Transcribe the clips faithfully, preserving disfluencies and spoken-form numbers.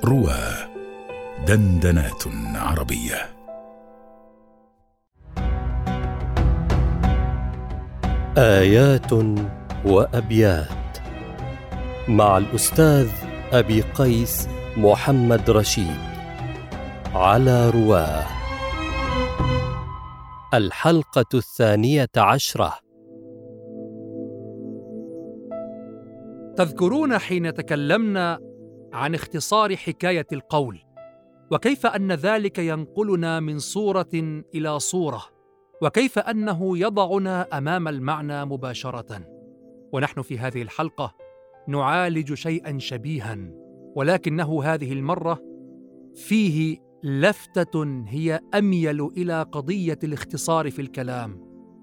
روى دندنات عربية. آيات وأبيات مع الأستاذ أبي قيس محمد رشيد على رواه. الحلقة الثانية عشرة. تذكرون حين تكلمنا عن اختصار حكاية القول، وكيف أن ذلك ينقلنا من صورة إلى صورة، وكيف أنه يضعنا أمام المعنى مباشرة. ونحن في هذه الحلقة نعالج شيئا شبيها، ولكنه هذه المرة فيه لفتة هي أميل إلى قضية الاختصار في الكلام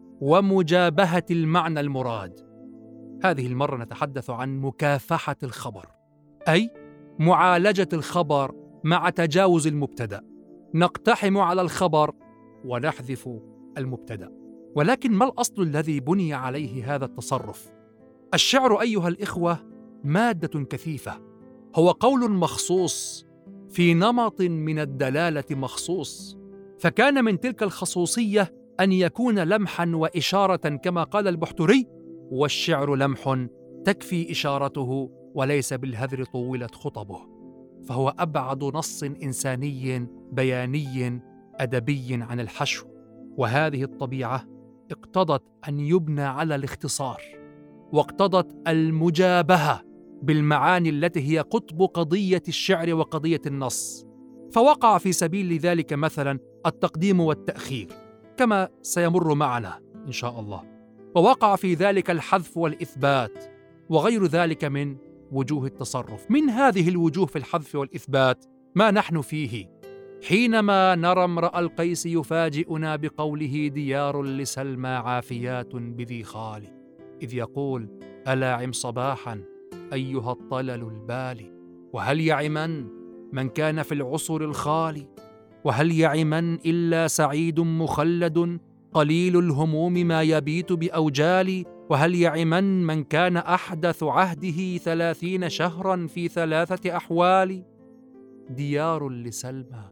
ومجابهة المعنى المراد. هذه المرة نتحدث عن مكافحة الخبر، أي معالجة الخبر مع تجاوز المبتدأ. نقتحم على الخبر ونحذف المبتدأ. ولكن ما الأصل الذي بني عليه هذا التصرف؟ الشعر أيها الإخوة مادة كثيفة، هو قول مخصوص في نمط من الدلالة مخصوص، فكان من تلك الخصوصية أن يكون لمحا وإشارة كما قال البحتري: والشعر لمح تكفي إشارته وليس بالهذر طولت خطبه. فهو أبعد نص إنساني بياني أدبي عن الحشو، وهذه الطبيعة اقتضت أن يبنى على الاختصار، واقتضت المجابهة بالمعاني التي هي قطب قضية الشعر وقضية النص. فوقع في سبيل ذلك مثلا التقديم والتأخير كما سيمر معنا إن شاء الله، ووقع في ذلك الحذف والإثبات وغير ذلك من وجوه التصرف. من هذه الوجوه في الحذف والإثبات ما نحن فيه حينما نرى امرأ القيس يفاجئنا بقوله: ديار لسلمى عافيات بذي خال، إذ يقول: ألا عم صباحا أيها الطلل البالي، وهل يعمن من كان في العصر الخالي، وهل يعمن إلا سعيد مخلد قليل الهموم ما يبيت بأوجال، وهل يعمن من كان أحدث عهده ثلاثين شهرا في ثلاثة أحوال. ديار لسلمى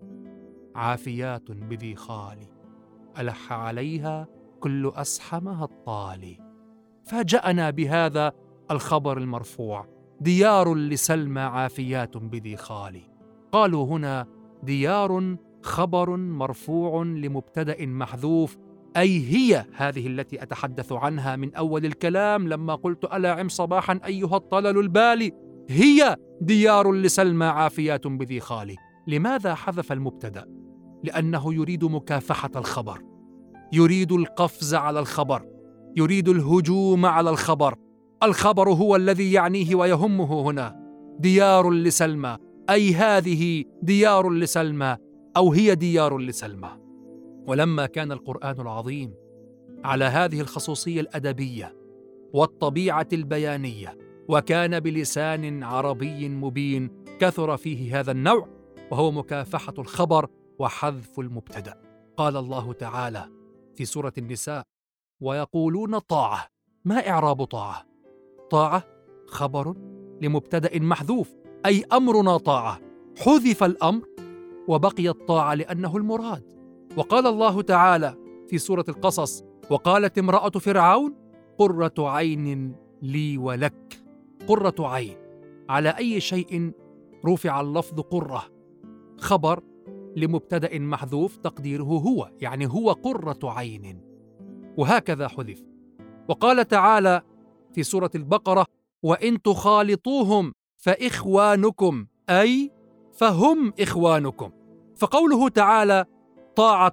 عافيات بذي خال، ألح عليها كل أسحمها الطالي. فاجأنا بهذا الخبر المرفوع: ديار لسلمى عافيات بذي خال. قالوا هنا ديار خبر مرفوع لمبتدأ محذوف، أي هي هذه التي أتحدث عنها من أول الكلام لما قلت: ألا عم صباحا أيها الطلل البالي، هي ديار لسلمى عافيات بذي خال. لماذا حذف المبتدأ؟ لأنه يريد مكافحة الخبر، يريد القفز على الخبر، يريد الهجوم على الخبر. الخبر هو الذي يعنيه ويهمه هنا. ديار لسلمى، أي هذه ديار لسلمى، أو هي ديار لسلمى. ولما كان القرآن العظيم على هذه الخصوصية الأدبية والطبيعة البيانية، وكان بلسان عربي مبين، كثر فيه هذا النوع، وهو مكافحة الخبر وحذف المبتدأ. قال الله تعالى في سورة النساء: ويقولون طاعة. ما إعراب طاعة؟ طاعة خبر لمبتدأ محذوف، أي أمرنا طاعة. حذف الأمر وبقي الطاعة لأنه المراد. وقال الله تعالى في سورة القصص: وقالت امرأة فرعون قرة عين لي ولك. قرة عين، على أي شيء رفع اللفظ قرة؟ خبر لمبتدأ محذوف تقديره هو، يعني هو قرة عين، وهكذا حذف. وقال تعالى في سورة البقرة: وإن تخالطوهم فإخوانكم، أي فهم إخوانكم. فقوله تعالى طاعة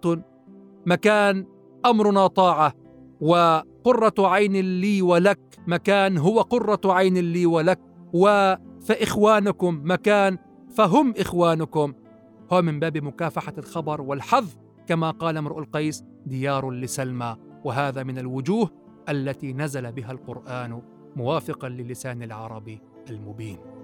مكان أمرنا طاعة، وقرة عين لي ولك مكان هو قرة عين لي ولك، وفإخوانكم مكان فهم إخوانكم، هو من باب مكافحة الخبر والحذف، كما قال امرؤ القيس: ديار لسلمى. وهذا من الوجوه التي نزل بها القرآن موافقا للسان العربي المبين.